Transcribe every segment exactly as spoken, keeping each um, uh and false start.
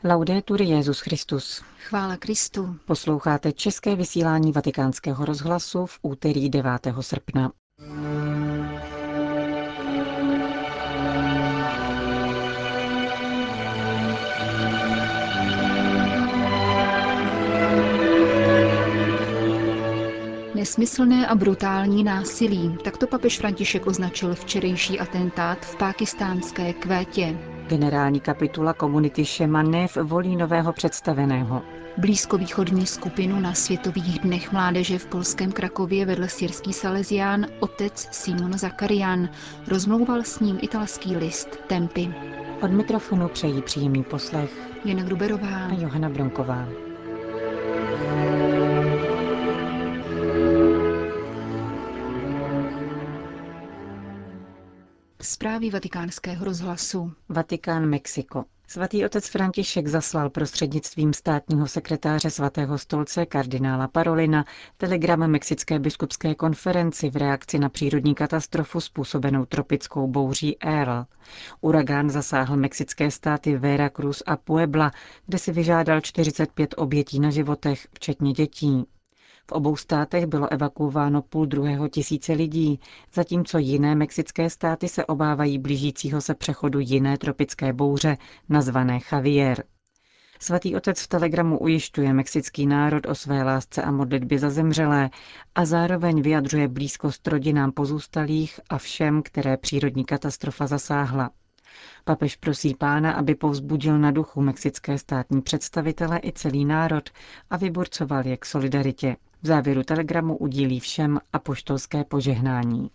Laudetur Jesus Christus. Chvála Kristu. Posloucháte české vysílání Vatikánského rozhlasu v úterý devátého srpna. Nesmyslné a brutální násilí, takto papež František označil včerejší atentát v pákistánské Kvétě. Generální kapitula komunity Shema Nev volí nového představeného. Blízkovýchodní skupinu na Světových dnech mládeže v polském Krakově vedl syrský salezián otec Simon Zakarian. Rozmlouval s ním italský list Tempi. Od mikrofonu přejí příjemný poslech Jana Gruberová a Johana Bronková. Zprávy Vatikánského rozhlasu. Vatikán, Mexiko. Svatý otec František zaslal prostřednictvím státního sekretáře Svatého stolce kardinála Parolina telegram Mexické biskupské konferenci v reakci na přírodní katastrofu způsobenou tropickou bouří Earl. Uragán zasáhl mexické státy Veracruz a Puebla, kde si vyžádal čtyřicet pět obětí na životech, včetně dětí. V obou státech bylo evakuováno půl druhého tisíce lidí, zatímco jiné mexické státy se obávají blížícího se přechodu jiné tropické bouře, nazvané Javier. Svatý otec v telegramu ujišťuje mexický národ o své lásce a modlitbě za zemřelé a zároveň vyjadřuje blízkost rodinám pozůstalých a všem, které přírodní katastrofa zasáhla. Papež prosí Pána, aby povzbudil na duchu mexické státní představitele i celý národ a vyburcoval je k solidaritě. V závěru telegramu udílí všem apoštolské požehnání.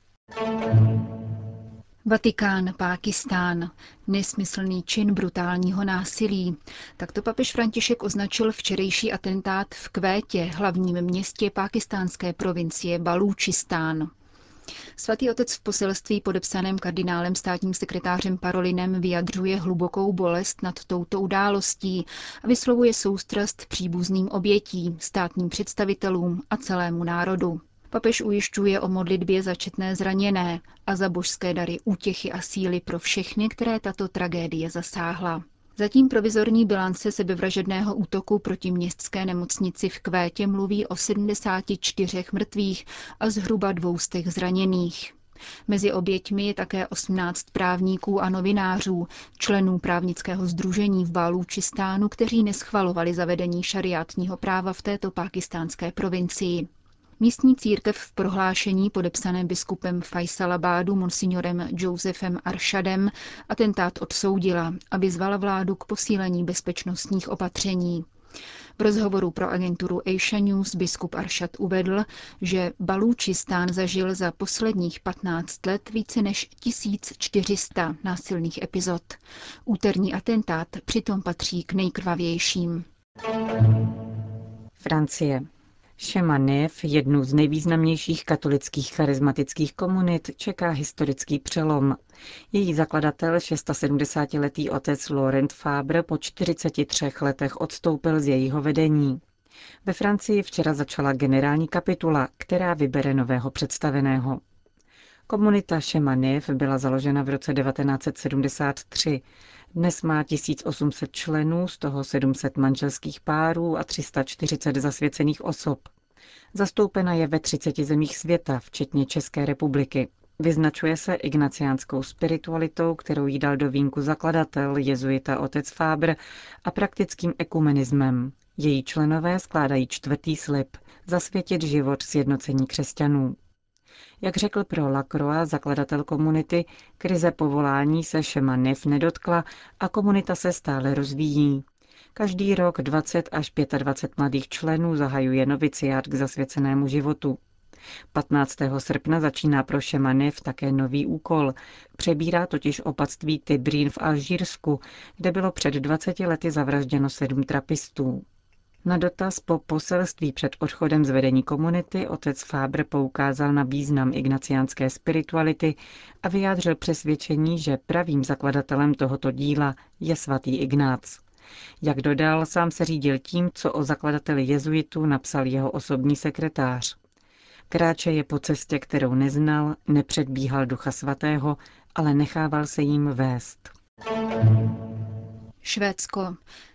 Vatikán, Pákistán. Nesmyslný čin brutálního násilí. Takto papež František označil včerejší atentát v Kvétě, hlavním městě pákistánské provincie Balúčistán. Svatý otec v poselství podepsaném kardinálem státním sekretářem Parolinem vyjadřuje hlubokou bolest nad touto událostí a vyslovuje soustrast příbuzným obětí, státním představitelům a celému národu. Papež ujišťuje o modlitbě za četné zraněné a za božské dary útěchy a síly pro všechny, které tato tragédie zasáhla. Zatím provizorní bilance sebevražedného útoku proti městské nemocnici v Kvétě mluví o sedmdesáti čtyřech mrtvých a zhruba dvoustech zraněných. Mezi oběťmi je také osmnáct právníků a novinářů, členů právnického sdružení v Balúčistánu, kteří neschvalovali zavedení šariátního práva v této pákistánské provincii. Místní církev v prohlášení podepsaném biskupem Faisalabádu monsignorem Josephem Arshadem atentát odsoudila a vyzvala vládu k posílení bezpečnostních opatření. V rozhovoru pro agenturu Asia News biskup Arshad uvedl, že Balúčistán zažil za posledních patnáct let více než tisíc čtyři sta násilných epizod. Úterní atentát přitom patří k nejkrvavějším. Francie. Shema Nev, jednu z nejvýznamnějších katolických charismatických komunit, čeká historický přelom. Její zakladatel, sedmdesátišestiletý otec Laurent Fabre, po čtyřiceti třech letech odstoupil z jejího vedení. Ve Francii včera začala generální kapitula, která vybere nového představeného. Komunita Shema Nev byla založena v roce devatenáct set sedmdesát tři. Dnes má tisíc osm set členů, z toho sedm set manželských párů a tři sta čtyřicet zasvěcených osob. Zastoupena je ve třiceti zemích světa, včetně České republiky. Vyznačuje se ignaciánskou spiritualitou, kterou jí dal do vínku zakladatel, jezuita otec Fabre, a praktickým ekumenismem. Její členové skládají čtvrtý slib – zasvětit život sjednocení křesťanů. Jak řekl pro La Croix, zakladatel komunity, krize povolání se Shema Nev nedotkla a komunita se stále rozvíjí. Každý rok dvacet až dvacet pět mladých členů zahajuje noviciát k zasvěcenému životu. patnáctého srpna začíná pro Shema Nev také nový úkol. Přebírá totiž opatství Tibrín v Alžírsku, kde bylo před dvaceti lety zavražděno sedm trapistů. Na dotaz po poselství před odchodem z vedení komunity otec Fabre poukázal na význam ignaciánské spirituality a vyjádřil přesvědčení, že pravým zakladatelem tohoto díla je svatý Ignác. Jak dodal, sám se řídil tím, co o zakladateli jezuitů napsal jeho osobní sekretář. Kráčeje po cestě, kterou neznal, nepředbíhal Ducha svatého, ale nechával se jím vést. Švédsko.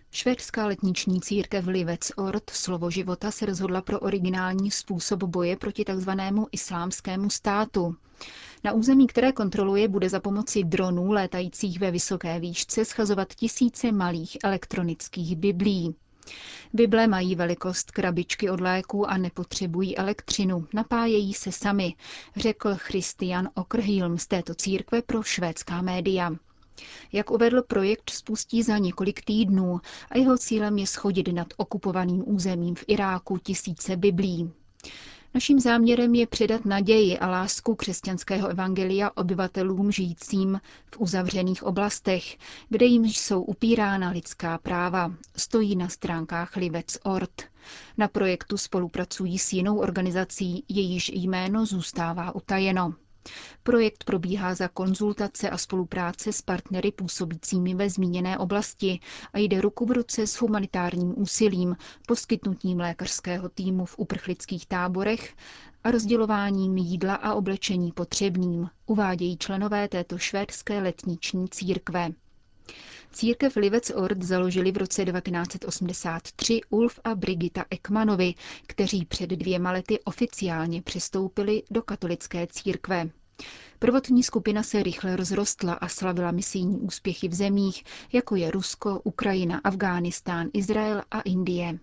Švédská letniční církev Livets Ord Slovo života se rozhodla pro originální způsob boje proti takzvanému islámskému státu. Na území, které kontroluje, bude za pomoci dronů létajících ve vysoké výšce schazovat tisíce malých elektronických biblí. Bible mají velikost krabičky od léků a nepotřebují elektřinu, napájejí se sami, řekl Christian Åkerhielm z této církve pro švédská média. Jak uvedl, projekt spustí za několik týdnů a jeho cílem je shodit nad okupovaným územím v Iráku tisíce biblí. Naším záměrem je předat naději a lásku křesťanského evangelia obyvatelům žijícím v uzavřených oblastech, kde jim jsou upírána lidská práva, stojí na stránkách Livets Ord. Na projektu spolupracují s jinou organizací, jejíž jméno zůstává utajeno. Projekt probíhá za konzultace a spolupráce s partnery působícími ve zmíněné oblasti a jde ruku v ruce s humanitárním úsilím, poskytnutím lékařského týmu v uprchlických táborech a rozdělováním jídla a oblečení potřebným, uvádějí členové této švédské letniční církve. Církev Livets Ord založili v roce devatenáct osmdesát tři Ulf a Brigitta Ekmanovi, kteří před dvěma lety oficiálně přistoupili do katolické církve. Prvotní skupina se rychle rozrostla a slavila misijní úspěchy v zemích, jako je Rusko, Ukrajina, Afghánistán, Izrael a Indie.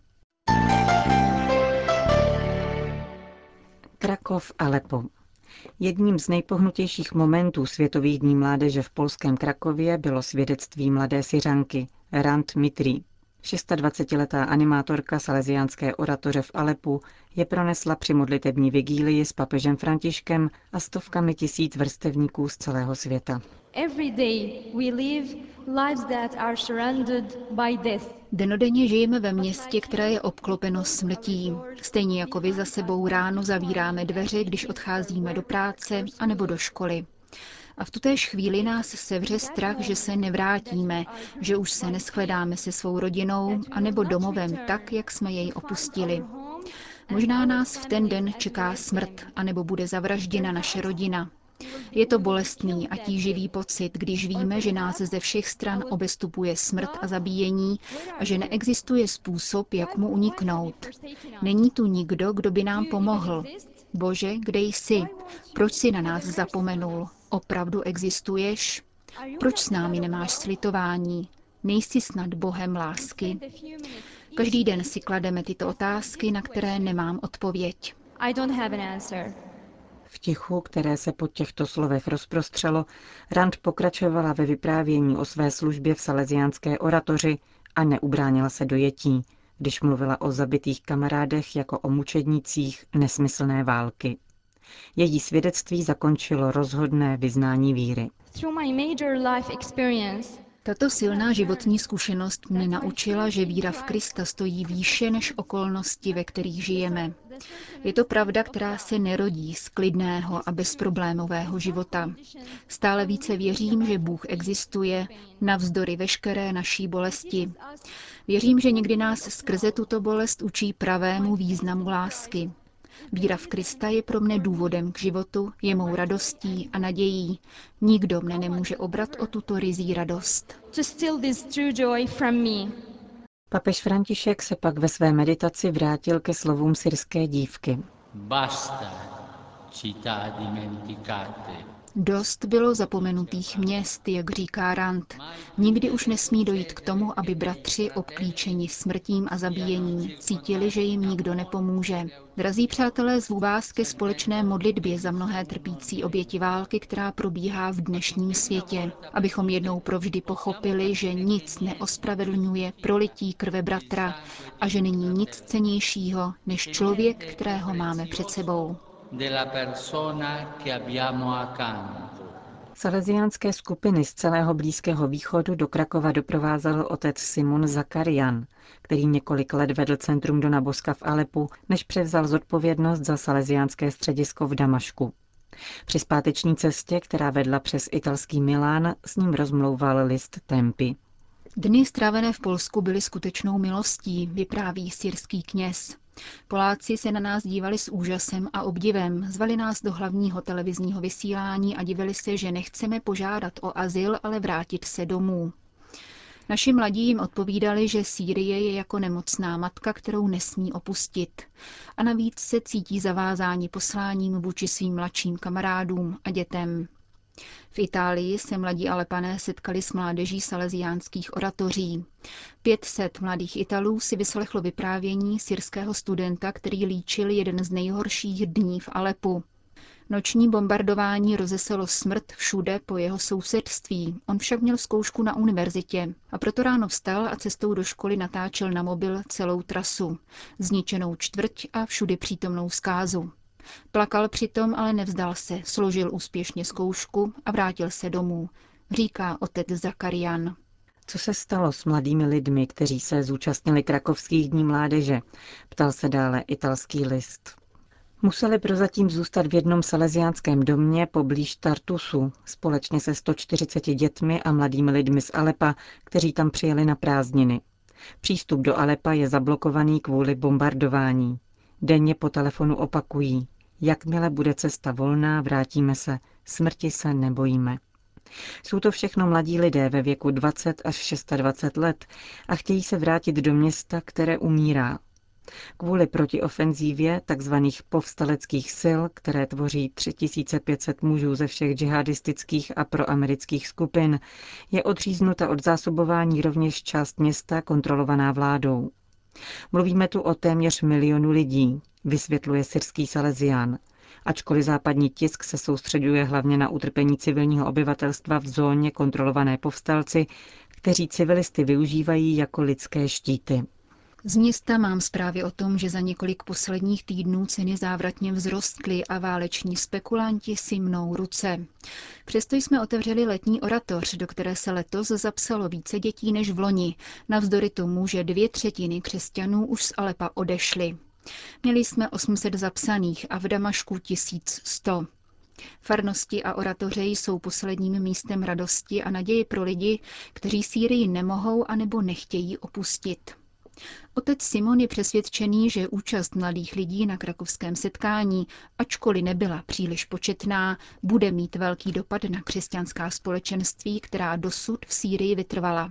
Krakov, Aleppo. Jedním z nejpohnutějších momentů Světových dní mládeže v polském Krakově bylo svědectví mladé Syřanky Rand Mitri. dvacetišestiletá animátorka salesiánské oratoře v Aleppu je pronesla při modlitební vigílii s papežem Františkem a stovkami tisíc vrstevníků z celého světa. Denodenně žijeme ve městě, které je obklopeno smrtí. Stejně jako vy za sebou ráno zavíráme dveře, když odcházíme do práce anebo do školy. A v tutéž chvíli nás sevře strach, že se nevrátíme, že už se neschledáme se svou rodinou anebo domovem tak, jak jsme jej opustili. Možná nás v ten den čeká smrt, anebo bude zavražděna naše rodina. Je to bolestný a tíživý pocit, když víme, že nás ze všech stran obestupuje smrt a zabíjení a že neexistuje způsob, jak mu uniknout. Není tu nikdo, kdo by nám pomohl. Bože, kde jsi? Proč jsi na nás zapomenul? Opravdu existuješ? Proč s námi nemáš slitování? Nejsi snad Bohem lásky? Každý den si klademe tyto otázky, na které nemám odpověď. V tichu, které se po těchto slovech rozprostřelo, Rand pokračovala ve vyprávění o své službě v salesiánské oratoři a neubránila se dojetí, když mluvila o zabitých kamarádech jako o mučednicích nesmyslné války. Její svědectví zakončilo rozhodné vyznání víry. Tato silná životní zkušenost mne naučila, že víra v Krista stojí výše než okolnosti, ve kterých žijeme. Je to pravda, která se nerodí z klidného a bezproblémového života. Stále více věřím, že Bůh existuje navzdory veškeré naší bolesti. Věřím, že někdy nás skrze tuto bolest učí pravému významu lásky. Víra v Krista je pro mne důvodem k životu, je mou radostí a nadějí. Nikdo mne nemůže obrat o tuto ryzí radost. Papež František se pak ve své meditaci vrátil ke slovům syrské dívky. Basta, città dimenticate. Dost bylo zapomenutých měst, jak říká Rand. Nikdy už nesmí dojít k tomu, aby bratři, obklíčeni smrtím a zabíjením, cítili, že jim nikdo nepomůže. Drazí přátelé, zvu vás ke společné modlitbě za mnohé trpící oběti války, která probíhá v dnešním světě, abychom jednou provždy pochopili, že nic neospravedlňuje prolití krve bratra a že není nic cennějšího než člověk, kterého máme před sebou. Salesiánské skupiny z celého Blízkého východu do Krakova doprovázel otec Simon Zakarian, který několik let vedl centrum Dona Boska v Aleppu, než převzal zodpovědnost za salesiánské středisko v Damašku. Při zpáteční cestě, která vedla přes italský Milán, s ním rozmlouval list Tempi. Dny strávené v Polsku byly skutečnou milostí, vypráví syrský kněz. Poláci se na nás dívali s úžasem a obdivem, zvali nás do hlavního televizního vysílání a divili se, že nechceme požádat o azyl, ale vrátit se domů. Naši mladí jim odpovídali, že Sýrie je jako nemocná matka, kterou nesmí opustit. A navíc se cítí zavázáni posláním vůči svým mladším kamarádům a dětem. V Itálii se mladí Alepané setkali s mládeží salesiánských oratoří. pět set mladých Italů si vyslechlo vyprávění syrského studenta, který líčil jeden z nejhorších dní v Alepu. Noční bombardování rozeselo smrt všude po jeho sousedství. On však měl zkoušku na univerzitě a proto ráno vstal a cestou do školy natáčel na mobil celou trasu, zničenou čtvrť a všudy přítomnou zkázu. Plakal přitom, ale nevzdal se, složil úspěšně zkoušku a vrátil se domů, říká otec Zakarian. Co se stalo s mladými lidmi, kteří se zúčastnili krakovských dní mládeže? Ptal se dále italský list. Museli prozatím zůstat v jednom salesiánském domě poblíž Tartusu, společně se sto čtyřiceti dětmi a mladými lidmi z Alepa, kteří tam přijeli na prázdniny. Přístup do Alepa je zablokovaný kvůli bombardování. Denně po telefonu opakují: jakmile bude cesta volná, vrátíme se, smrti se nebojíme. Jsou to všechno mladí lidé ve věku dvacet až dvacet šest let a chtějí se vrátit do města, které umírá. Kvůli protiofenzívě tzv. Povstaleckých sil, které tvoří tři tisíce pět set mužů ze všech džihadistických a proamerických skupin, je odříznuta od zásobování rovněž část města kontrolovaná vládou. Mluvíme tu o téměř milionu lidí, vysvětluje syrský Salesián, ačkoliv západní tisk se soustřeďuje hlavně na utrpení civilního obyvatelstva v zóně kontrolované povstalci, kteří civilisty využívají jako lidské štíty. Z města mám zprávy o tom, že za několik posledních týdnů ceny závratně vzrostly a váleční spekulanti si mnou ruce. Přesto jsme otevřeli letní oratoř, do které se letos zapsalo více dětí než v loni, navzdory tomu, že dvě třetiny křesťanů už z Alepa odešly. Měli jsme osm set zapsaných a v Damašku tisíc sto. Farnosti a oratoře jsou posledním místem radosti a naděje pro lidi, kteří Sýrii nemohou anebo nechtějí opustit. Otec Simon je přesvědčený, že účast mladých lidí na krakovském setkání, ačkoliv nebyla příliš početná, bude mít velký dopad na křesťanská společenství, která dosud v Sýrii vytrvala.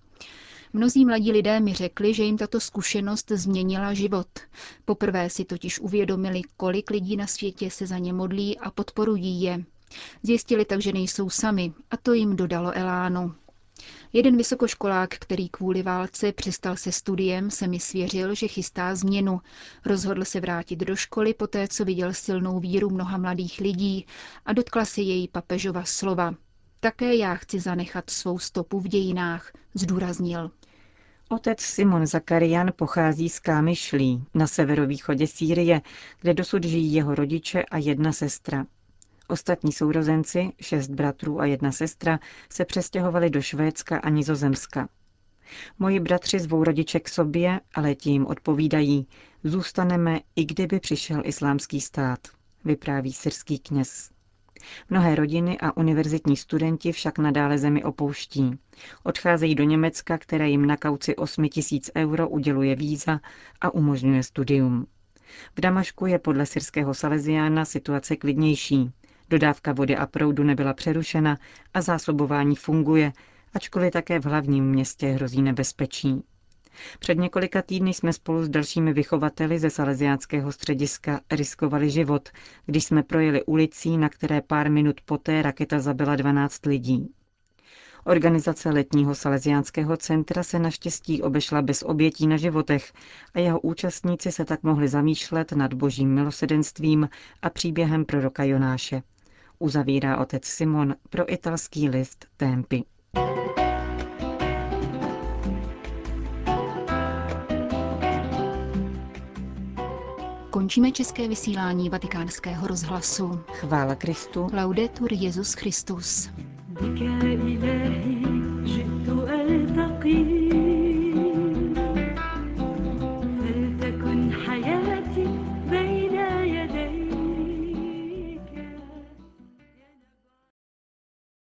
Mnozí mladí lidé mi řekli, že jim tato zkušenost změnila život. Poprvé si totiž uvědomili, kolik lidí na světě se za ně modlí a podporují je. Zjistili tak, že nejsou sami, a to jim dodalo elánu. Jeden vysokoškolák, který kvůli válce přestal se studiem, se mi svěřil, že chystá změnu. Rozhodl se vrátit do školy poté, co viděl silnou víru mnoha mladých lidí a dotkla se její papežova slova. Také já chci zanechat svou stopu v dějinách, zdůraznil. Otec Simon Zakarian pochází z Kámyšlí na severovýchodě Sýrie, kde dosud žijí jeho rodiče a jedna sestra. Ostatní sourozenci, šest bratrů a jedna sestra, se přestěhovali do Švédska a Nizozemska. Moji bratři zvou rodiče k sobě, ale ti jim odpovídají: zůstaneme, i kdyby přišel islámský stát, vypráví syrský kněz. Mnohé rodiny a univerzitní studenti však nadále zemi opouští. Odcházejí do Německa, které jim na kauci osm tisíc euro uděluje víza a umožňuje studium. V Damašku je podle syrského Salesiána situace klidnější. Dodávka vody a proudu nebyla přerušena a zásobování funguje, ačkoliv také v hlavním městě hrozí nebezpečí. Před několika týdny jsme spolu s dalšími vychovateli ze salesiánského střediska riskovali život, když jsme projeli ulicí, na které pár minut poté raketa zabila dvanáct lidí. Organizace letního salesiánského centra se naštěstí obešla bez obětí na životech a jeho účastníci se tak mohli zamýšlet nad božím milosedenstvím a příběhem proroka Jonáše. Uzavírá otec Simon pro italský list Tempi. Končíme české vysílání Vatikánského rozhlasu. Chvála Kristu. Laudetur Jesus Christus.